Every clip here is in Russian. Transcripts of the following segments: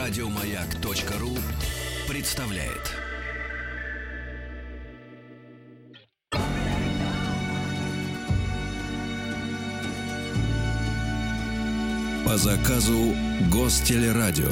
Радиомаяк.ру представляет. По заказу Гостелерадио.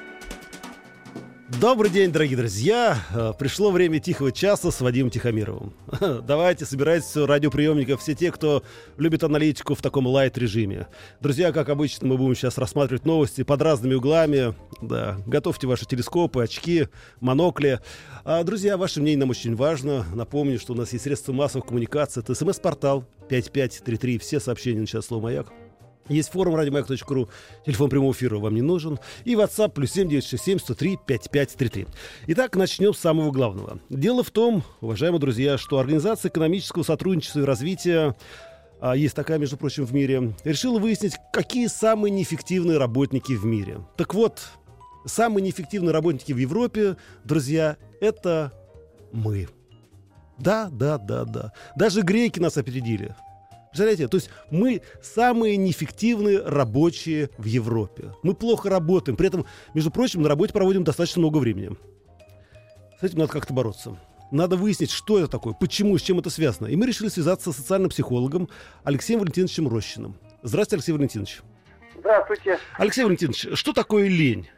Добрый день, дорогие друзья. Пришло время тихого часа с Вадимом Тихомировым. Давайте, собирайтесь у радиоприемников все те, кто любит аналитику в таком лайт-режиме. Друзья, как обычно, мы будем сейчас рассматривать новости под разными углами. Да, готовьте ваши телескопы, очки, монокли. Друзья, ваше мнение нам очень важно. Напомню, что у нас есть средства массовой коммуникации. Это СМС-портал 5533. Все сообщения начинают слово «Маяк». Есть форум радиомаяк.ру, телефон прямого эфира вам не нужен. И WhatsApp +7 967 103 5533. Итак, начнем с самого главного. Дело в том, уважаемые друзья, что Организация экономического сотрудничества и развития, есть такая, между прочим, в мире, решила выяснить, какие самые неэффективные работники в мире. Так вот, самые неэффективные работники в Европе, друзья, это мы. Да. Даже греки нас опередили. Представляете, то есть мы самые неэффективные рабочие в Европе. Мы плохо работаем, при этом, между прочим, на работе проводим достаточно много времени. С этим надо как-то бороться. Надо выяснить, что это такое, почему, с чем это связано. И мы решили связаться с социальным психологом Алексеем Валентиновичем Рощиным. Здравствуйте, Алексей Валентинович. Здравствуйте. Алексей Валентинович, что такое лень?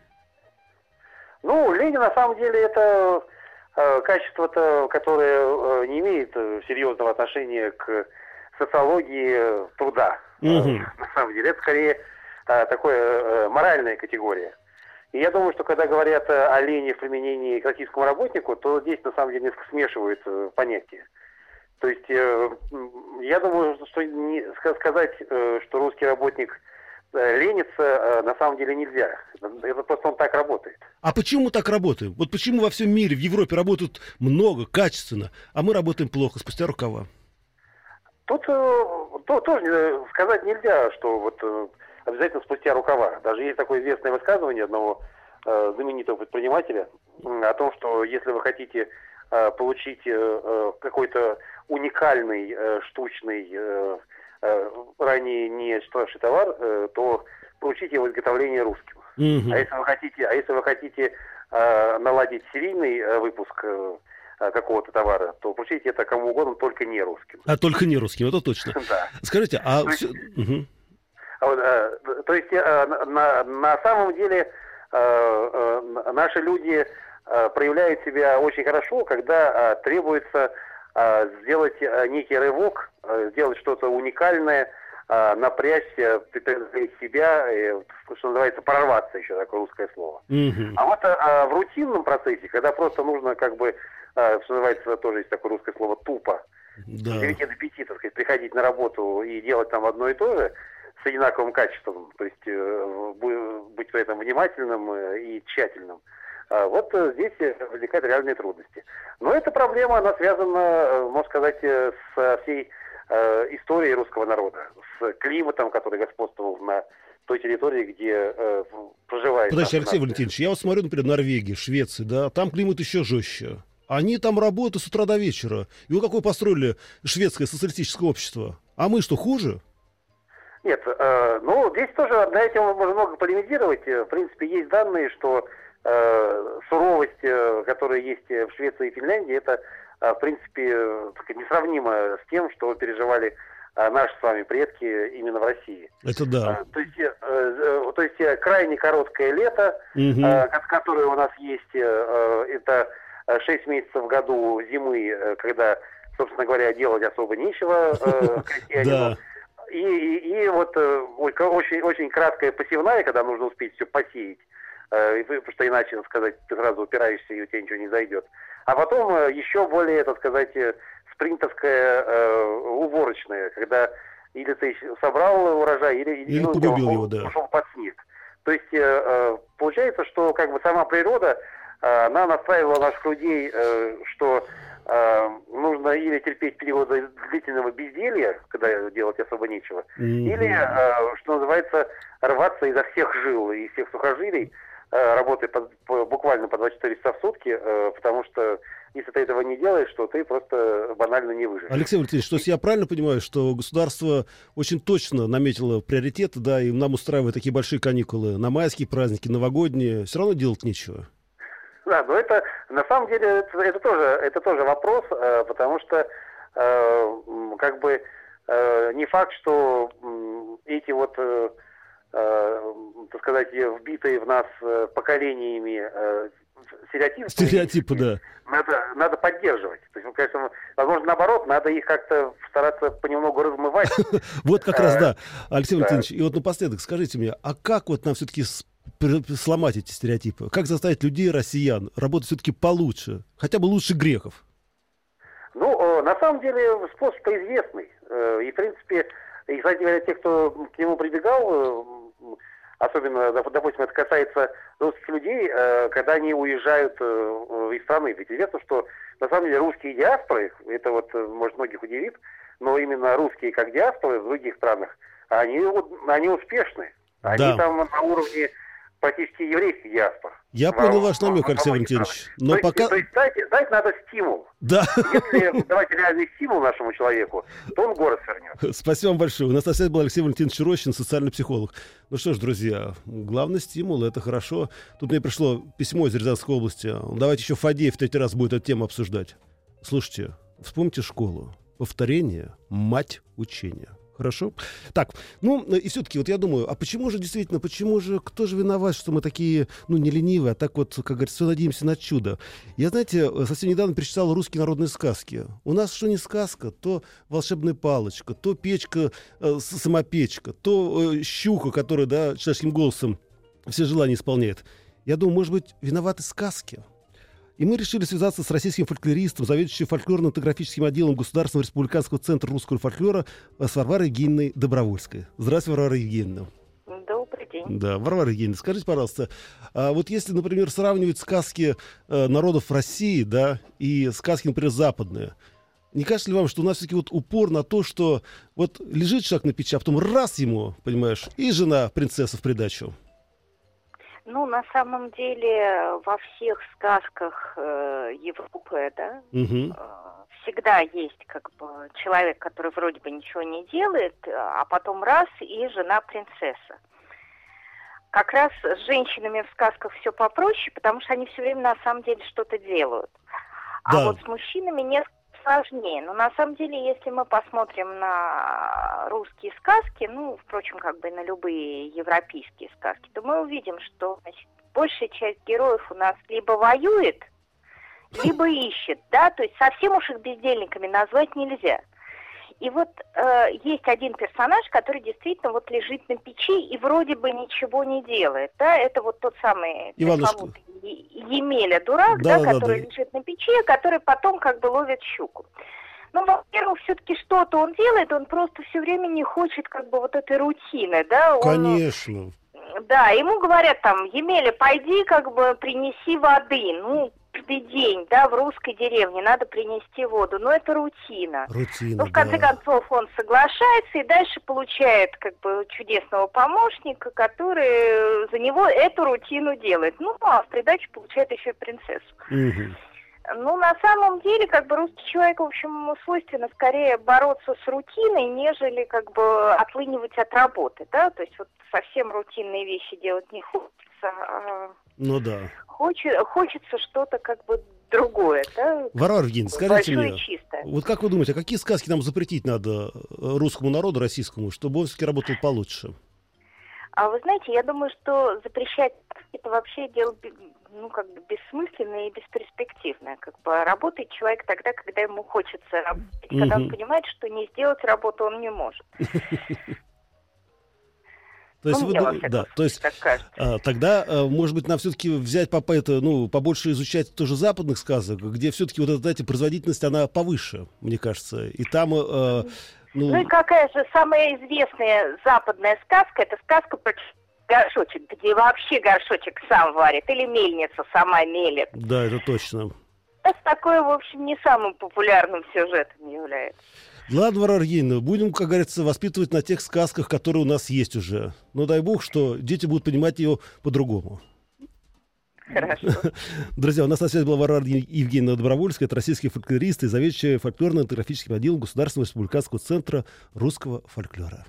Лень, на самом деле, это качество, которое не имеет серьезного отношения к социологии труда. На самом деле, это скорее такая моральная категория. И я думаю, что когда говорят о лени в применении к российскому работнику, то здесь на самом деле несколько смешивают понятия. То есть я думаю, что сказать, что русский работник ленится, на самом деле нельзя. Это просто он так работает. А почему мы так работаем? Вот почему во всем мире, в Европе работают много, качественно, а мы работаем плохо, спустя рукава? Тут тоже сказать нельзя, что вот обязательно спустя рукава. Даже есть такое известное высказывание одного знаменитого предпринимателя о том, что если вы хотите получить какой-то уникальный, штучный, ранее не существовавший товар, то получите его изготовление русским. А если вы хотите наладить серийный выпуск какого-то товара, то получите это кому угодно, только не русским. Только не русским, это точно. Да. Скажите, то есть на самом деле наши люди проявляют себя очень хорошо, когда требуется сделать некий рывок, сделать что-то уникальное, напрячься, преодолеть себя, что называется, прорваться, еще такое русское слово. А вот в рутинном процессе, когда просто нужно что называется, тоже есть такое русское слово, тупо, с 9 до 5, так сказать, приходить на работу и делать там одно и то же с одинаковым качеством, то есть быть при этом внимательным и тщательным. Вот здесь возникают реальные трудности. Но эта проблема, она связана, можно сказать, со всей историей русского народа, с климатом, который господствовал на той территории, где проживает. Подождите, Алексей Валентинович, я вот смотрю, например, Норвегия, Швеция, да, там климат еще жестче. Они там работают с утра до вечера. И вы какое построили шведское социалистическое общество? А мы что, хуже? Нет, здесь тоже на этим можно много полемизировать. В принципе, есть данные, что суровость, которая есть в Швеции и Финляндии, это, в принципе, несравнимо с тем, что переживали наши с вами предки именно в России. Это да. То есть крайне короткое лето, которое у нас есть, это 6 месяцев в году зимы, когда, собственно говоря, делать особо нечего крестьянину. И вот очень краткая посевная, когда нужно успеть все посеять, потому что иначе, так сказать, ты сразу упираешься, и у тебя ничего не зайдет. А потом еще более, так сказать, спринтерская уборочная, когда или ты собрал урожай, или погубил его, да. Ушел под снег. То есть получается, что сама природа, она настраивала наших людей, что нужно или терпеть периоды длительного безделья, когда делать особо нечего, или, что называется, рваться изо всех жил и всех сухожилий, работай буквально по 24 часа в сутки, потому что если ты этого не делаешь, то ты просто банально не выживешь. Алексей Валентинович, то есть я правильно понимаю, что государство очень точно наметило приоритеты, да, и нам устраивает такие большие каникулы на майские праздники, новогодние, все равно делать нечего? Да, но это на самом деле это тоже вопрос, потому что как бы не факт, что эти вот, так сказать, вбитые в нас поколениями стереотипы, да, надо поддерживать. То есть, конечно, возможно, наоборот, надо их как-то стараться понемногу размывать. Вот как раз, да, Алексей Валентинович, и вот напоследок скажите мне, а как вот нам все-таки сломать эти стереотипы? Как заставить людей, россиян, работать все-таки получше, хотя бы лучше греков? Ну, на самом деле, способ-то известный. И, в принципе, и, кстати говоря, те, кто к нему прибегал, особенно, допустим, это касается русских людей, когда они уезжают из страны. Ведь известно, что, на самом деле, русские диаспоры, это вот, может, многих удивит, но именно русские как диаспоры в других странах, они успешны. Они там на уровне практически еврейских диаспор. Я понял ваш намек, Алексей Валентинович. Но пока... То есть дать надо стимул. Да. Если давать реальный стимул нашему человеку, то он город свернет. Спасибо вам большое. У нас на связи был Алексей Валентинович Рощин, социальный психолог. Ну что ж, друзья, главный стимул — это хорошо. Тут мне пришло письмо из Рязанской области. Давайте еще Фадеев в третий раз будет эту тему обсуждать. Слушайте, вспомните школу. Повторение — мать учения. Хорошо? Так, ну, и все-таки, вот я думаю, а почему же действительно, кто же виноват, что мы такие, ну, не ленивые, а так вот, как говорится, все надеемся на чудо? Я, знаете, совсем недавно перечитал русские народные сказки. У нас что не сказка, то волшебная палочка, то печка, самопечка, то щука, которая, да, человеческим голосом все желания исполняет. Я думаю, может быть, виноваты сказки? И мы решили связаться с российским фольклористом, заведующим фольклорно-этнографическим отделом Государственного республиканского центра русского фольклора, с Варварой Евгеньевной Добровольской. Здравствуйте, Варвара Евгеньевна. Добрый день. Да, Варвара Евгеньевна, скажите, пожалуйста, вот если, например, сравнивать сказки народов России, да, и сказки, например, западные, не кажется ли вам, что у нас все-таки вот упор на то, что вот лежит человек на печи, а потом раз ему, понимаешь, и жена принцесса в придачу? Ну, на самом деле, во всех сказках Европы, да, всегда есть как бы человек, который вроде бы ничего не делает, а потом раз, и жена принцесса. Как раз с женщинами в сказках все попроще, потому что они все время на самом деле что-то делают. А вот с мужчинами несколько сложнее. Но на самом деле, если мы посмотрим на русские сказки, ну, впрочем, как бы на любые европейские сказки, то мы увидим, что, значит, большая часть героев у нас либо воюет, либо ищет, да, то есть совсем уж их бездельниками назвать нельзя. И вот есть один персонаж, который действительно вот лежит на печи и вроде бы ничего не делает, да, это вот тот самый пресловутый Емеля дурак, да, который лежит на печи, который потом как бы ловит щуку. Ну, во-первых, все-таки что-то он делает, он просто все время не хочет как бы вот этой рутины, да. Конечно. Да, ему говорят там: Емеля, пойди как бы принеси воды, ну, каждый день, да, в русской деревне надо принести воду, но это рутина. Ну, в конце концов, он соглашается и дальше получает как бы чудесного помощника, который за него эту рутину делает. Ну, а в придачу получает еще и принцессу. Ну, на самом деле, как бы русский человек, в общем, свойственно скорее бороться с рутиной, нежели как бы отлынивать от работы, да, то есть вот совсем рутинные вещи делать не хочется, ну да. Хочется что-то как бы другое, да? Варвара Евгеньевна, скажите мне, вот как вы думаете, а какие сказки нам запретить надо русскому народу, российскому, чтобы он все-таки работал получше? А вы знаете, я думаю, что запрещать это вообще дело, ну, как бы бессмысленное и бесперспективное. Как бы работает человек тогда, когда ему хочется работать, когда он понимает, что не сделать работу он не может. То есть, то есть тогда, может быть, нам все-таки взять побольше изучать тоже западных сказок, где все-таки вот эта, знаете, производительность, она повыше, мне кажется. И там... Ну и какая же самая известная западная сказка, это сказка про горшочек, где вообще горшочек сам варит, или мельница сама мелет. Да, это точно. Это такое, в общем, не самым популярным сюжетом является. Ладно, Варвара Евгеньевна, будем, как говорится, воспитывать на тех сказках, которые у нас есть уже. Но дай бог, что дети будут понимать ее по-другому. Хорошо. Друзья, у нас на связи была Варвара Евгеньевна Добровольская, это российский фольклорист и заведующая фольклорно-этнографическим отделом Государственного республиканского центра русского фольклора.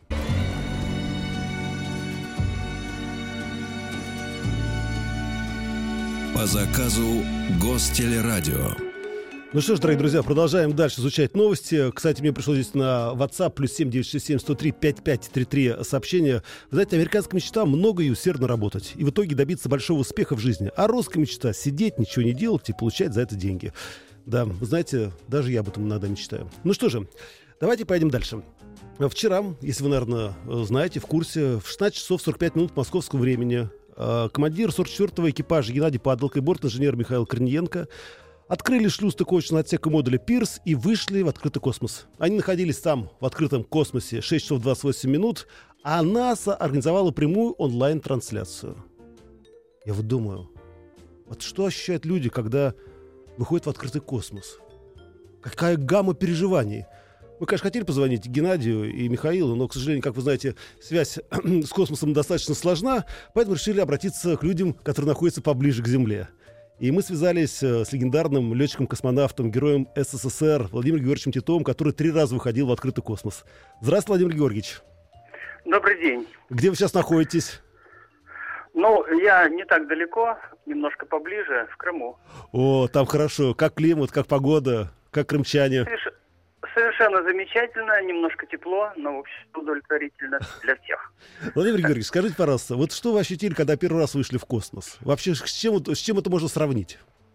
По заказу Гостелерадио. Ну что ж, дорогие друзья, продолжаем дальше изучать новости. Кстати, мне пришло здесь на WhatsApp +7 967 103 5533 сообщение. Вы знаете, американская мечта много и усердно работать. И в итоге добиться большого успеха в жизни. А русская мечта — сидеть, ничего не делать и получать за это деньги. Да, вы знаете, даже я об этом иногда мечтаю. Ну что же, давайте поедем дальше. Вчера, если вы, наверное, знаете, в курсе, в 16 часов 45 минут московского времени командир 44-го экипажа Геннадий Падалко и борт-инженер Михаил Корниенко открыли шлюз стыковочного отсека модуля «Пирс» и вышли в открытый космос. Они находились там, в открытом космосе, 6 часов 28 минут, а НАСА организовала прямую онлайн-трансляцию. Я вот думаю, вот что ощущают люди, когда выходят в открытый космос? Какая гамма переживаний? Мы, конечно, хотели позвонить Геннадию и Михаилу, но, к сожалению, как вы знаете, связь с космосом достаточно сложна, поэтому решили обратиться к людям, которые находятся поближе к Земле. И мы связались с легендарным летчиком-космонавтом, героем СССР Владимиром Георгиевичем Титовым, который 3 раза выходил в открытый космос. Здравствуйте, Владимир Георгиевич. Добрый день. Где вы сейчас находитесь? Ну, я не так далеко, немножко поближе, в Крыму. О, там хорошо. Как климат, как погода, как крымчане? Совершенно замечательно, немножко тепло, но, в общем, удовлетворительно для всех. Владимир Георгиевич, скажите, пожалуйста, вот что вы ощутили, когда первый раз вышли в космос? Вообще, с чем это можно сравнить?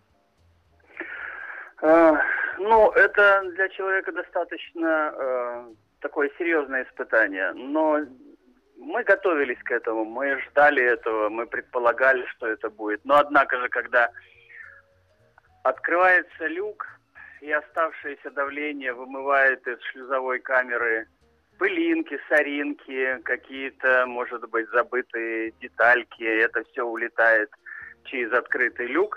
Ну, это для человека достаточно такое серьезное испытание, но мы готовились к этому, мы ждали этого, мы предполагали, что это будет. Но, однако же, когда открывается люк, и оставшееся давление вымывает из шлюзовой камеры пылинки, соринки, какие-то, может быть, забытые детальки. Это все улетает через открытый люк.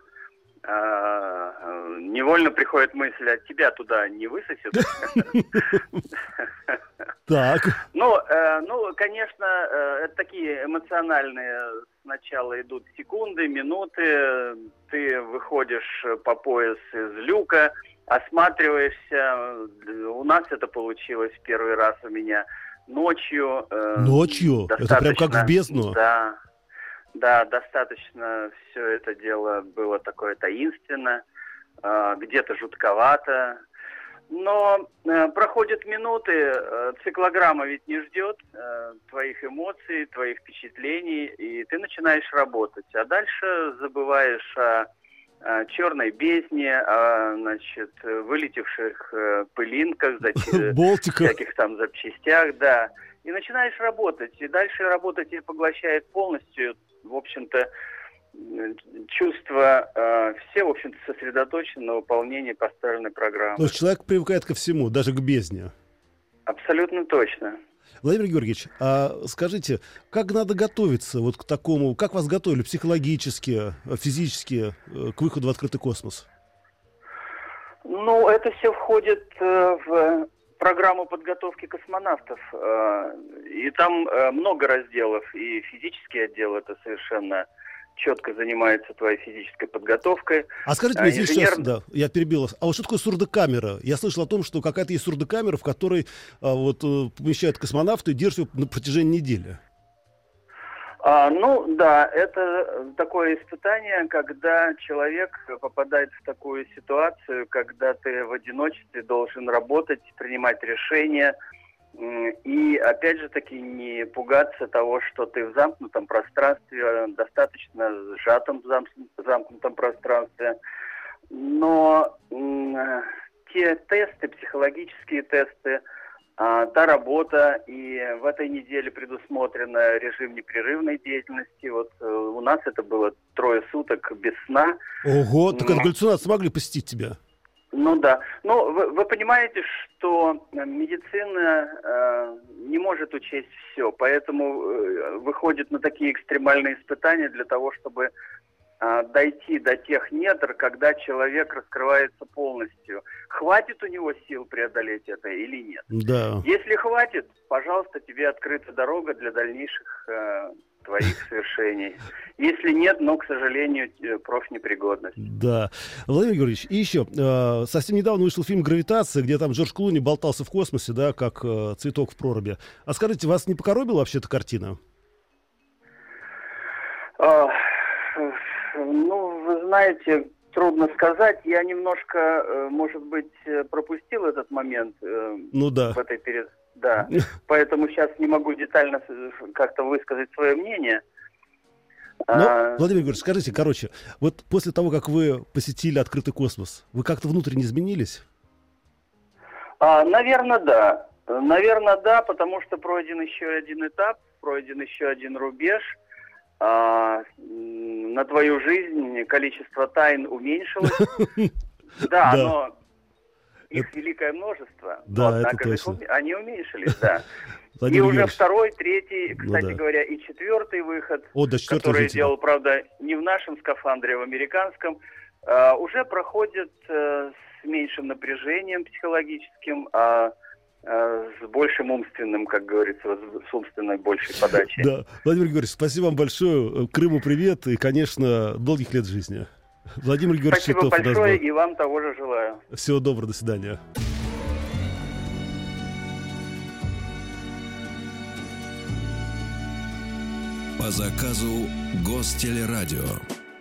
Невольно приходит мысль, а тебя туда не высосет? Так. Ну, конечно, это такие эмоциональные сначала идут секунды, минуты. Ты выходишь по пояс из люка, осматриваешься. У нас это получилось первый раз у меня ночью. Ночью? Это прям как в бездну? Да, достаточно все это дело было такое таинственно, где-то жутковато. Но проходят минуты, циклограмма ведь не ждет твоих эмоций, твоих впечатлений, и ты начинаешь работать. А дальше забываешь о черной бездне, значит, вылетевших пылинках, всяких там запчастях, да. И начинаешь работать. И дальше работать и поглощает полностью, в общем-то, чувство, все, в общем-то, сосредоточены на выполнении поставленной программы. То есть человек привыкает ко всему, даже к бездне. Абсолютно точно. Владимир Георгиевич, а скажите, как надо готовиться вот к такому, как вас готовили психологически, физически к выходу в открытый космос? Ну, это все входит в программу подготовки космонавтов. И там много разделов, и физический отдел это совершенно четко занимается твоей физической подготовкой. А скажите мне, сейчас, да, я перебил вас. А вот что такое сурдокамера? Я слышал о том, что какая-то есть сурдокамера, в которой помещают космонавта и держат его на протяжении недели. Ну да, это такое испытание, когда человек попадает в такую ситуацию, когда ты в одиночестве должен работать, принимать решения. И, опять же таки, не пугаться того, что ты в замкнутом пространстве, достаточно сжатом замкнутом пространстве. Но те тесты, психологические тесты, та работа, и в этой неделе предусмотрен режим непрерывной деятельности. Вот у нас это было 3 суток без сна. Ого, так это галлюцинации могли посетить тебя? Ну да. Но вы понимаете, что медицина не может учесть все, поэтому выходит на такие экстремальные испытания для того, чтобы дойти до тех недр, когда человек раскрывается полностью. Хватит у него сил преодолеть это или нет? Да. Если хватит, пожалуйста, тебе открыта дорога для дальнейших твоих совершений. Если нет, к сожалению, профнепригодность. Да. Владимир Георгиевич, и еще. Совсем недавно вышел фильм «Гравитация», где там Джордж Клуни болтался в космосе, да, как цветок в проруби. А скажите, вас не покоробила вообще эта картина? Вы знаете, трудно сказать. Я немножко, может быть, пропустил этот момент в этой передаче. Да, поэтому сейчас не могу детально как-то высказать свое мнение. Владимир Георгиевич, скажите, вот после того, как вы посетили открытый космос, вы как-то внутренне изменились? Наверное, да. Наверное, да, потому что пройден еще один этап, пройден еще один рубеж. На твою жизнь количество тайн уменьшилось. Да, но их великое множество, да, но, однако они уменьшились, да. И уже второй, третий, кстати говоря, и четвертый выход, который делал, правда, не в нашем скафандре, а в американском, уже проходит с меньшим напряжением психологическим, а с большим умственным, как говорится, с умственной большей подачей. Да, Владимир Георгиевич, спасибо вам большое. Крыму привет и, конечно, долгих лет жизни. Владимир Георгиевич Спасибо большое, и вам того же желаю. Всего доброго, до свидания. По заказу Гостелерадио.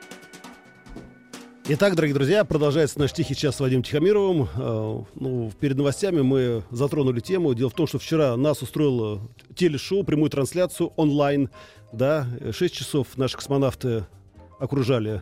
Итак, дорогие друзья, продолжается наш «Тихий час» с Вадимом Тихомировым. Перед новостями мы затронули тему. Дело в том, что вчера нас устроило телешоу, прямую трансляцию онлайн. Да, 6 часов наши космонавты окружали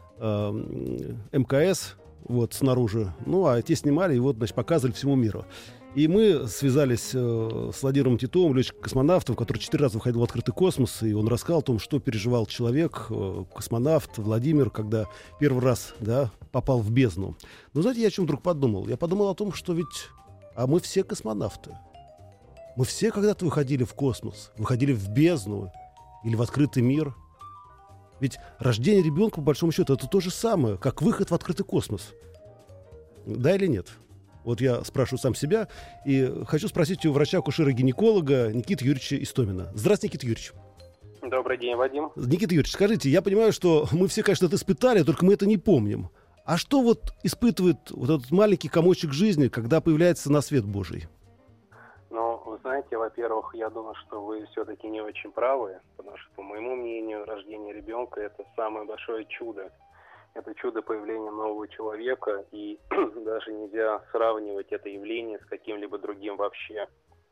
МКС снаружи. А те снимали и показывали всему миру. И мы связались с Владимиром Титовым, летчиком-космонавтом, который 4 раза выходил в открытый космос, и он рассказал о том, что переживал человек, космонавт Владимир, когда первый раз попал в бездну. Но знаете, я о чем вдруг подумал? Я подумал о том, что мы все космонавты. Мы все когда-то выходили в космос, выходили в бездну или в открытый мир. Ведь рождение ребенка, по большому счету, это то же самое, как выход в открытый космос. Да или нет? Вот я спрашиваю сам себя и хочу спросить у врача-акушера-гинеколога Никиты Юрьевича Истомина. Здравствуйте, Никита Юрьевич. Добрый день, Вадим. Никита Юрьевич, скажите, я понимаю, что мы все, конечно, это испытали, только мы это не помним. А что испытывает этот маленький комочек жизни, когда появляется на свет Божий? Вы знаете, во-первых, я думаю, что вы все-таки не очень правы, потому что, по моему мнению, рождение ребенка – это самое большое чудо. Это чудо появления нового человека, и даже нельзя сравнивать это явление с каким-либо другим вообще.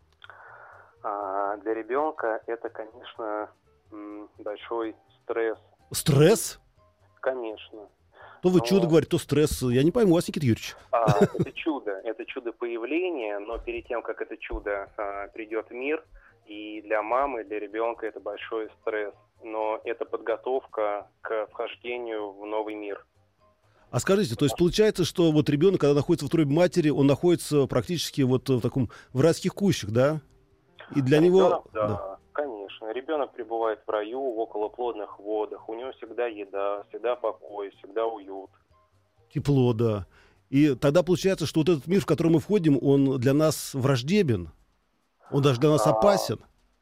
Для ребенка это, конечно, большой стресс. Стресс? Конечно. То вы чудо говорите, то стресс. Я не пойму вас, Никита Юрьевич. Это чудо появления, но перед тем, как это чудо придет в мир, и для мамы, для ребенка это большой стресс. Но это подготовка к вхождению в новый мир. А скажите, то есть получается, что ребенок, когда находится в утробе матери, он находится практически в райских кущах, да? И для него... Да, конечно. Ребенок пребывает в раю, в околоплодных водах. У него всегда еда, всегда покой, всегда уют. Тепло, да. И тогда получается, что этот мир, в который мы входим, он для нас враждебен? Он даже для нас опасен?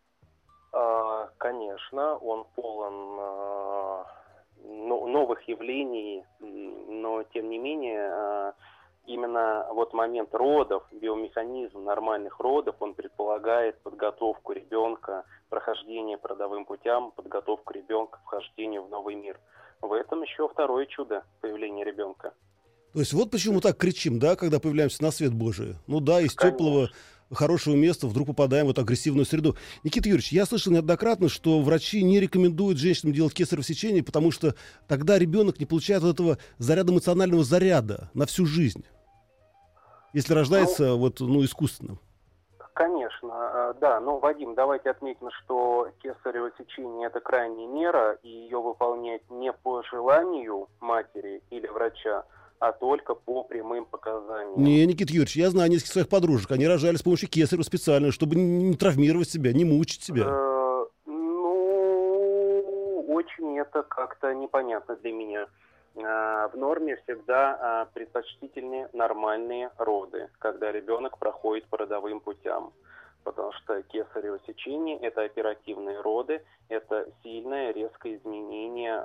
Конечно, он полон новых явлений, но тем не менее именно момент родов, биомеханизм нормальных родов, он предполагает подготовку ребенка, прохождение по родовым путям, подготовку ребенка к вхождению в новый мир. В этом еще второе чудо появления ребенка. То есть почему мы так кричим, да, когда появляемся на свет Божий? Из теплого, хорошего места вдруг попадаем в агрессивную среду. Никита Юрьевич, я слышал неоднократно, что врачи не рекомендуют женщинам делать кесарево сечение, потому что тогда ребенок не получает этого эмоционального заряда на всю жизнь, если рождается искусственно. Конечно, да. Но, Вадим, давайте отметим, что кесарево сечение – это крайняя мера, и ее выполнять не по желанию матери или врача, а только по прямым показаниям. Не, Никита Юрьевич, я знаю нескольких своих подружек. Они рожали с помощью кесарева специально, чтобы не травмировать себя, не мучить себя. У очень это как-то непонятно для меня. В норме всегда предпочтительнее нормальные роды, когда ребенок проходит по родовым путям. Потому что кесарево сечение – это оперативные роды, это сильное, резкое изменение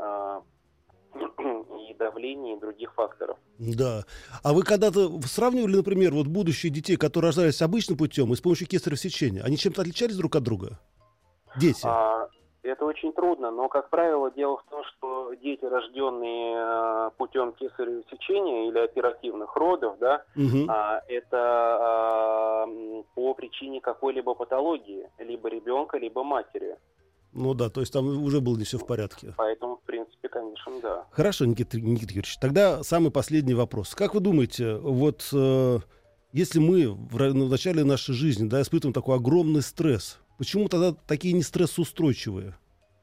и давления, и других факторов. Да. А вы когда-то сравнивали, например, вот будущие детей, которые рождались обычным путем и с помощью кесарево сечения? Они чем-то отличались друг от друга? Дети? Это очень трудно, но, как правило, дело в том, что дети, рожденные путем кесарево сечения или оперативных родов, да, это по причине какой-либо патологии, либо ребенка, либо матери. Ну да, то есть там уже было не все в порядке. Поэтому, в принципе, конечно, да. Хорошо, Никита Юрьевич, тогда самый последний вопрос. Как вы думаете, вот если мы в начале нашей жизни, да, испытываем такой огромный стресс, почему тогда такие не стрессоустойчивые?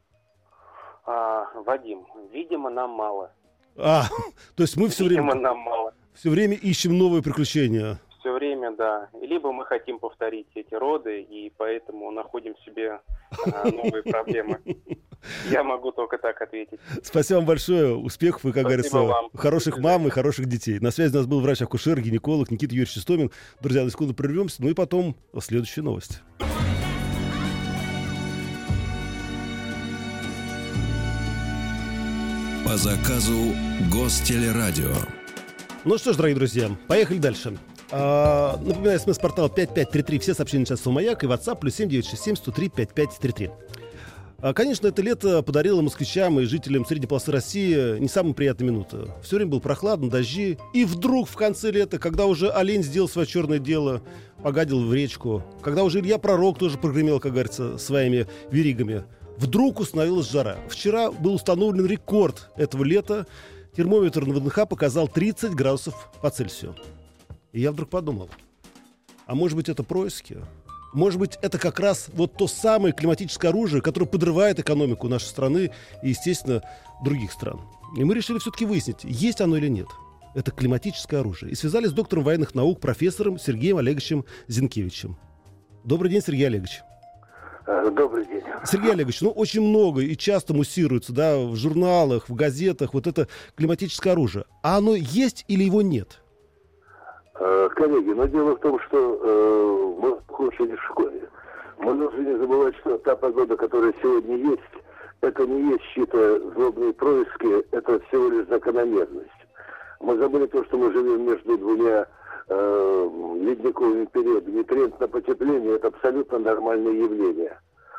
Вадим, видимо, нам мало. То есть мы все время ищем новые приключения. Все время, да. Либо мы хотим повторить эти роды, и поэтому находим в себе новые проблемы. Я могу только так ответить. Спасибо вам большое. Успехов и, как говорится, хороших мам и хороших детей. На связи у нас был врач-акушер, гинеколог Никита Юрьевич Истомин. Друзья, на секунду прервемся, ну и потом следующая новость. По заказу Гостелерадио. Ну что ж, дорогие друзья, поехали дальше. Напоминаю, смс-портал 5533, все сообщения начальства «Маяк» и WhatsApp +7 967 103 5533. Конечно, это лето подарило москвичам и жителям средней полосы России не самые приятные минуты. Все время было прохладно, дожди. И вдруг в конце лета, когда уже олень сделал свое черное дело, погадил в речку, когда уже Илья Пророк тоже прогремел, как говорится, своими веригами, вдруг установилась жара. Вчера был установлен рекорд этого лета. Термометр на ВДНХ показал 30 градусов по Цельсию. И я вдруг подумал, а может быть это происки? Может быть это как раз вот то самое климатическое оружие, которое подрывает экономику нашей страны и, естественно, других стран. И мы решили все-таки выяснить, есть оно или нет. Это климатическое оружие. И связались с доктором военных наук, профессором Сергеем Олеговичем Зинкевичем. Добрый день, Сергей Олегович. Добрый день. Сергей Олегович, очень много и часто муссируется, да, в журналах, в газетах вот это климатическое оружие. А оно есть или его нет? Коллеги, но дело в том, что мы учились в школе. Мы должны не забывать, что та погода, которая сегодня есть, это не есть чьи-то злобные происки, это всего лишь закономерность. Мы забыли то, что мы живем между двумя ледниковыми периодами. Тренд на потепление – это абсолютно нормальное явление.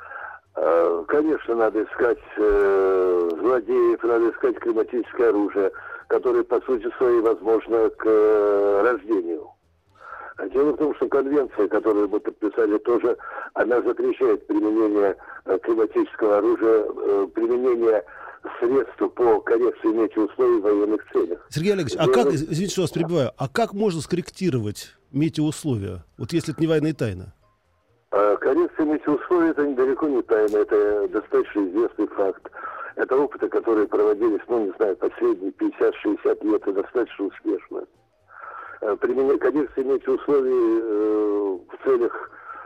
Конечно, надо искать злодеев, надо искать климатическое оружие, которое, по сути своей, возможно, к рождению. Дело в том, что конвенция, которую мы подписали, тоже, она запрещает применение климатического оружия, применение средств по коррекции метеоусловий в военных целях. Сергей Олегович, а как, извините, что вас перебиваю, а как можно скорректировать метеоусловия, вот если это не военная тайна? Коррекция метеоусловий – это далеко не тайна, это достаточно известный факт. Это опыты, которые проводились, последние 50-60 лет, и достаточно успешно. Коррекция метеоусловий в целях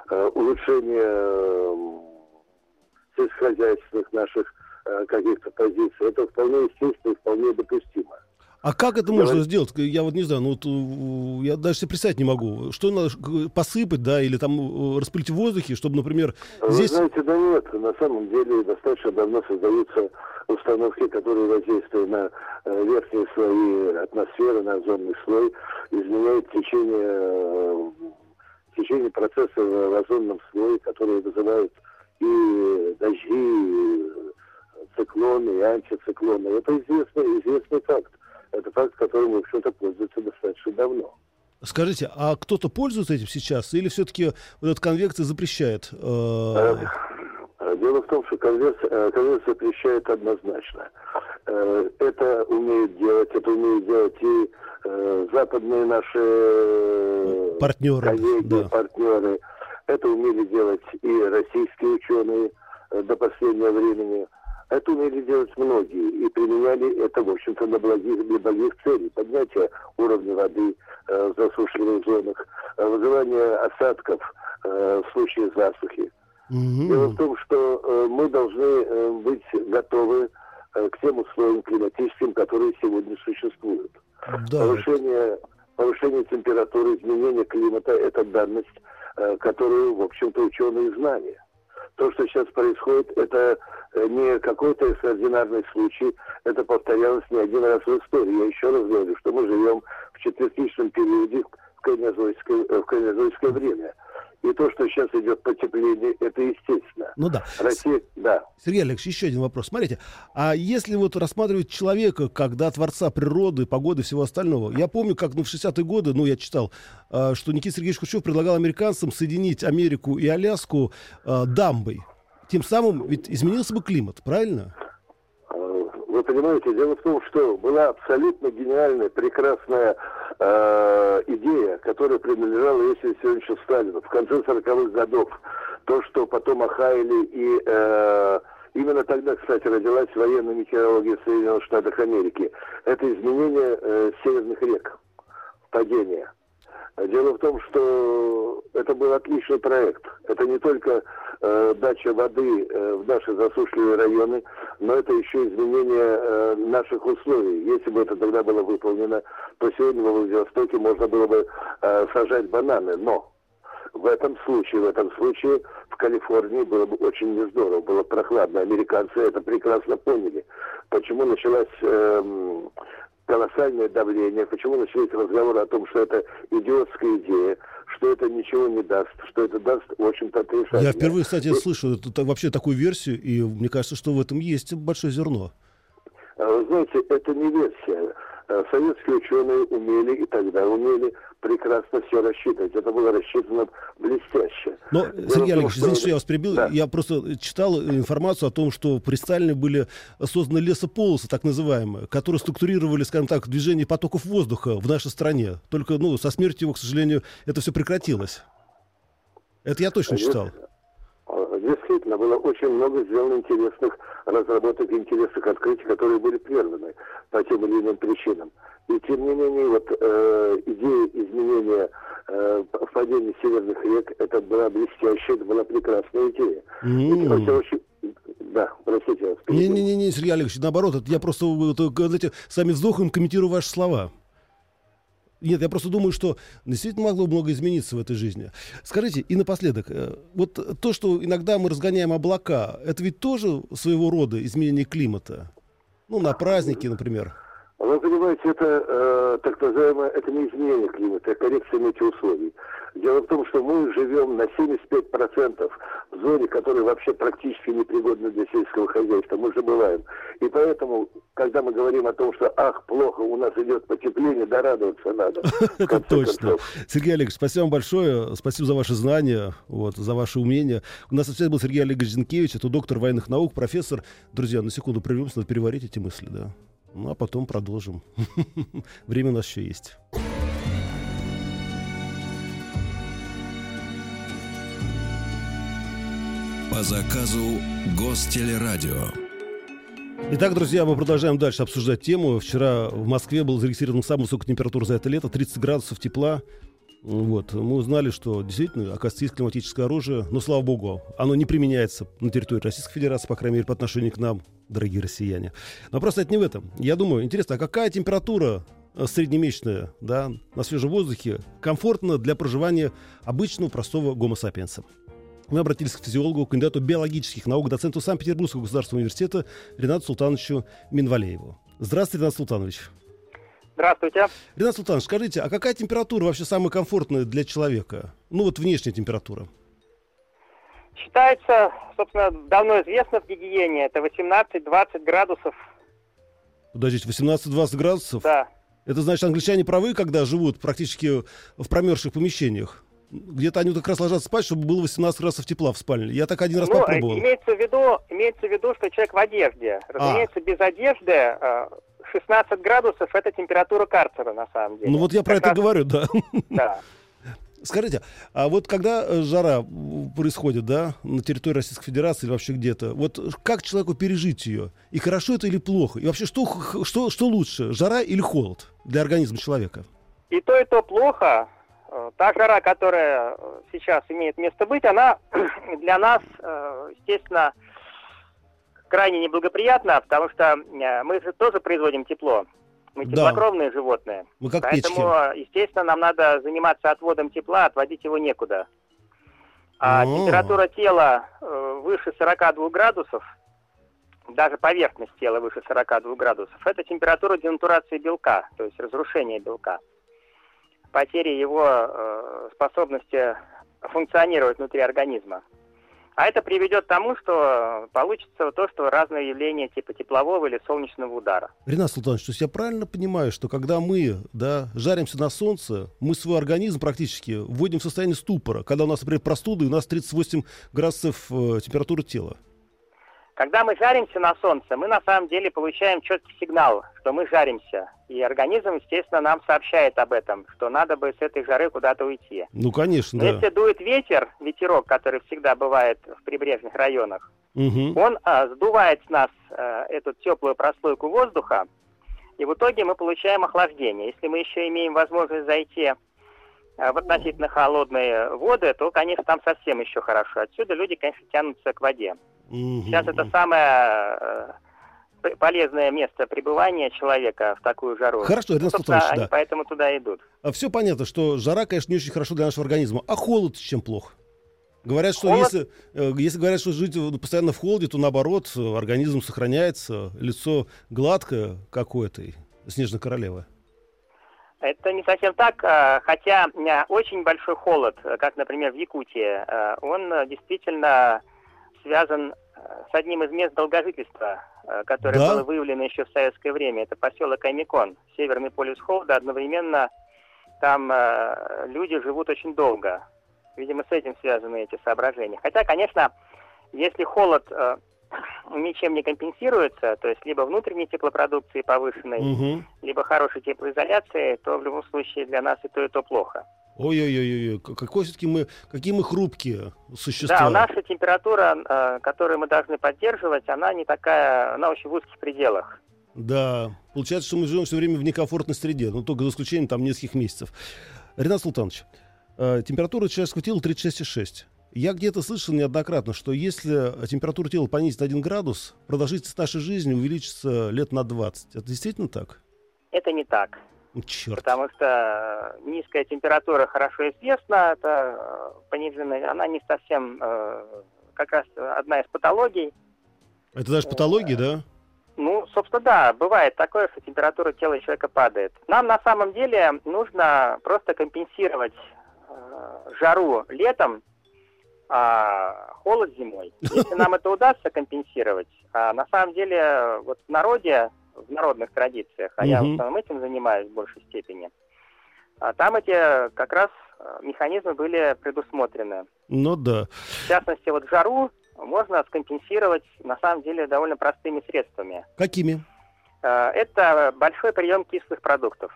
улучшения сельскохозяйственных наших каких-то позиций, это вполне естественно и вполне допустимо. А как это можно сделать? Я вот не знаю, я даже себе представить не могу. Что надо посыпать, да, или там распылить в воздухе, чтобы, например, здесь... Вы знаете, да нет, на самом деле достаточно давно создаются установки, которые воздействуют на верхние слои атмосферы, на озонный слой, изменяют течение процесса в озонном слое, которые вызывают и дожди, и циклоны, и антициклоны. Это известный факт. Это факт, которым, в общем-то, пользуются достаточно давно. Скажите, а кто-то пользуется этим сейчас? Или все-таки вот эта конвекция запрещает? Дело в том, что конвекция запрещает однозначно. Это умеют делать и западные наши партнеры, коллеги, партнеры. Это умели делать и российские ученые до последнего времени. Это умели делать многие и применяли это, в общем-то, для благих целей. Поднятие уровня воды в засушливых зонах, вызывание осадков в случае засухи. Дело в том, что мы должны быть готовы к тем условиям климатическим, которые сегодня существуют. Да. Повышение температуры, изменение климата – это данность, которую, в общем-то, ученые знали. То, что сейчас происходит, это не какой-то экстраординарный случай, это повторялось не один раз в истории. Я еще раз говорю, что мы живем в четвертичном периоде в кайнозойское время. И то, что сейчас идет потепление, это естественно. Ну да. Россия, да. Сергей Олегович, еще один вопрос. Смотрите, а если вот рассматривать человека как творца природы, погоды и всего остального, я помню, как в 60-е годы, я читал, что Никита Сергеевич Хрущев предлагал американцам соединить Америку и Аляску дамбой. Тем самым ведь изменился бы климат, правильно? Вы понимаете, дело в том, что была абсолютно гениальная, прекрасная идея, которая принадлежала Иосифу Виссарионовичу Сталину в конце 40-х годов. То, что потом охаяли, и именно тогда, кстати, родилась военная метеорология Соединенных Штатов Америки. Это изменение северных рек, падение. Дело в том, что это был отличный проект. Это не только дача воды в наши засушливые районы, но это еще изменение наших условий. Если бы это тогда было выполнено, то сегодня во Владивостоке можно было бы сажать бананы. Но в этом случае в Калифорнии было бы очень не здорово, было прохладно. Американцы это прекрасно поняли. Почему началась колоссальное давление, почему начались разговоры о том, что это идиотская идея, что это ничего не даст, что это даст, в общем-то, отрицательное. Я впервые, кстати, слышу вообще такую версию, и мне кажется, что в этом есть большое зерно. Вы знаете, это не версия. Советские ученые умели и тогда умели прекрасно все рассчитывать. Это было рассчитано блестяще. Но, Сергей Олегович, извините, что я вас перебил. Да. Я просто читал информацию о том, что при Сталине были созданы лесополосы, так называемые, которые структурировали, скажем так, движение потоков воздуха в нашей стране. Только, со смертью его, к сожалению, это все прекратилось. Это я точно читал. Действительно, было очень много сделано интересных разработок, интересных открытий, которые были прерваны по тем или иным причинам. И тем не менее, идея изменения впадения северных рек, это была блестящая, это была прекрасная идея. Да, простите, я вас перебил. Не, Сергей Олегович, наоборот, я просто сами вздохом комментирую ваши слова. Нет, я просто думаю, что действительно могло много измениться в этой жизни. Скажите, и напоследок, вот то, что иногда мы разгоняем облака, это ведь тоже своего рода изменение климата? На праздники, например. Вы понимаете, это так называемое, это не изменение климата, это коррекция метеоусловий. Дело в том, что мы живем на 75% в зоне, которая вообще практически непригодна для сельского хозяйства. Мы забываем. И поэтому, когда мы говорим о том, что плохо, у нас идет потепление, да радоваться надо. Это точно. Сергей Олегович, спасибо вам большое. Спасибо за ваши знания, за ваши умения. У нас опять был Сергей Олегович Зинкевич, это доктор военных наук, профессор. Друзья, на секунду прервемся, надо переварить эти мысли, да. А потом продолжим. Время у нас еще есть. По заказу Гостелерадио. Итак, друзья, мы продолжаем дальше обсуждать тему. Вчера в Москве была зарегистрирована самая высокая температура за это лето, 30 градусов тепла. Мы узнали, что действительно, оказывается, есть климатическое оружие, но, слава богу, оно не применяется на территории Российской Федерации, по крайней мере, по отношению к нам, дорогие россияне. Но просто это не в этом. Я думаю, интересно, а какая температура среднемесячная, на свежем воздухе комфортна для проживания обычного простого гомо-сапиенса? Мы обратились к физиологу, кандидату биологических наук, доценту Санкт-Петербургского государственного университета Ренату Султановичу Минвалееву. Здравствуйте, Ренат Султанович. Здравствуйте. Ренат Султанович, скажите, а какая температура вообще самая комфортная для человека? Внешняя температура. Считается, собственно, давно известно в гигиене, это 18-20 градусов. Подождите, 18-20 градусов? Да. Это значит, англичане правы, когда живут практически в промерзших помещениях? Где-то они как раз ложатся спать, чтобы было 18 градусов тепла в спальне. Я так один раз попробовал. Имеется в виду, что человек в одежде. Разумеется, без одежды 16 градусов — это температура карцера, на самом деле. Я про это говорю, да. Да. Скажите, а когда жара происходит, на территории Российской Федерации или вообще где-то, как человеку пережить ее? И хорошо это или плохо? И вообще, что лучше, жара или холод для организма человека? И то плохо. та жара, которая сейчас имеет место быть, она для нас, естественно, крайне неблагоприятна, потому что мы же тоже производим тепло. Мы теплокровные животные. Мы как поэтому, печки. естественно, нам надо заниматься отводом тепла, отводить его некуда. А температура тела выше 42 градусов, даже поверхность тела выше 42 градусов, это температура денатурации белка, то есть разрушения белка. Потери его способности функционировать внутри организма. А это приведет к тому, что получится то, что разные явления типа теплового или солнечного удара. Ринат Султанович, то есть я правильно понимаю, что когда мы жаримся на солнце, мы свой организм практически вводим в состояние ступора, когда у нас, например, простуда, и у нас 38 градусов температуры тела? Когда мы жаримся на солнце, мы на самом деле получаем четкий сигнал, что мы жаримся. И организм, естественно, нам сообщает об этом, что надо бы с этой жары куда-то уйти. Ну, конечно, но да. Если дует ветерок, который всегда бывает в прибрежных районах, он сдувает с нас эту теплую прослойку воздуха, и в итоге мы получаем охлаждение. Если мы еще имеем возможность зайти в относительно холодные воды, то, конечно, там совсем еще хорошо. Отсюда люди, конечно, тянутся к воде. Сейчас это самое полезное место пребывания человека в такую жару. Хорошо, Ринат Султанович, они поэтому туда идут. Все понятно, что жара, конечно, не очень хорошо для нашего организма. А холод чем плохо? Говорят, что если говорят, что жить постоянно в холоде, то наоборот, организм сохраняется, лицо гладкое, как у этой снежной королевы. Это не совсем так, хотя очень большой холод, как, например, в Якутии, он действительно связан с одним из мест долгожительства, которое было выявлено еще в советское время. Это поселок Аймекон, северный полюс холода. Одновременно там люди живут очень долго. Видимо, с этим связаны эти соображения. Хотя, конечно, если холод ничем не компенсируется, то есть либо внутренней теплопродукцией повышенной, либо хорошей теплоизоляцией, то в любом случае для нас и то плохо. Ой-ой-ой, какие мы хрупкие существа. Да, наша температура, которую мы должны поддерживать, она не такая, она очень в узких пределах. Да, получается, что мы живем все время в некомфортной среде, но только за исключением там нескольких месяцев. Ринат Султанович, температура человеческого тела 36,6. Я где-то слышал неоднократно, что если температура тела понизит 1 градус, продолжительность нашей жизни увеличится лет на 20. Это действительно так? Это не так. Черт. Потому что низкая температура хорошо известна, это пониженная, она не совсем как раз одна из патологий. Это даже патология, да? Ну, собственно, да, бывает такое, что температура тела человека падает. Нам на самом деле нужно просто компенсировать жару летом, а холод зимой. Если нам это удастся компенсировать, на самом деле вот в народе, в народных традициях, а я в основном этим занимаюсь в большей степени, там эти как раз механизмы были предусмотрены. Ну да. В частности, вот жару можно скомпенсировать на самом деле довольно простыми средствами. Какими? Это большой прием кислых продуктов.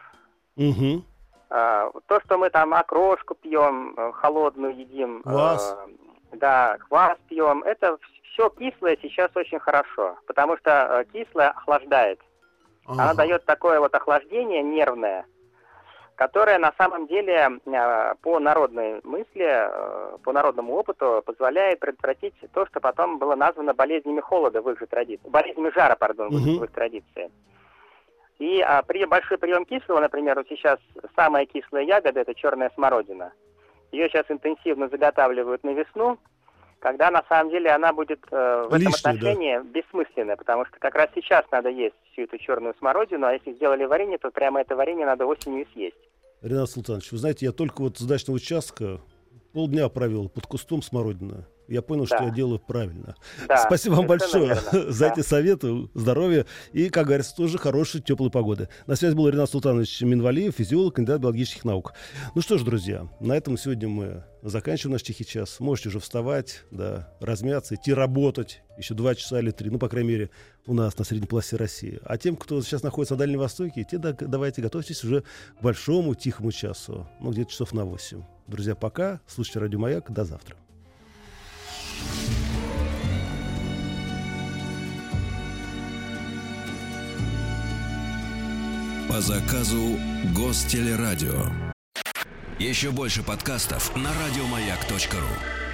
То, что мы там окрошку пьем, холодную едим, квас пьем, это все кислое сейчас очень хорошо, потому что кислое охлаждает. Она дает такое вот охлаждение нервное, которое на самом деле по народной мысли, по народному опыту позволяет предотвратить то, что потом было названо болезнями холода в их же традиции, болезнями жара, в их традиции. И при большой прием кислого, например, вот сейчас самая кислая ягода – это черная смородина. Ее сейчас интенсивно заготавливают на весну, когда на самом деле она будет в этом отношении бессмысленная, потому что как раз сейчас надо есть всю эту черную смородину, а если сделали варенье, то прямо это варенье надо осенью съесть. Ринат Султанович, вы знаете, я только вот с дачного участка полдня провел под кустом смородины. Я понял, что я делаю правильно. Да, спасибо вам большое за эти советы, здоровья и, как говорится, тоже хорошей, теплой погоды. На связи был Ринат Султанович Минвалиев, физиолог, кандидат биологических наук. Ну что ж, друзья, на этом сегодня мы заканчиваем наш тихий час. Можете уже вставать, размяться, идти работать. Еще 2 часа или 3, по крайней мере, у нас на средней полосе России. А тем, кто сейчас находится на Дальнем Востоке, те давайте готовьтесь уже к большому тихому часу. Где-то часов на 8. Друзья, пока. Слушайте Радио Маяк. До завтра. По заказу Гостелерадио. Еще больше подкастов на радиомаяк.ру.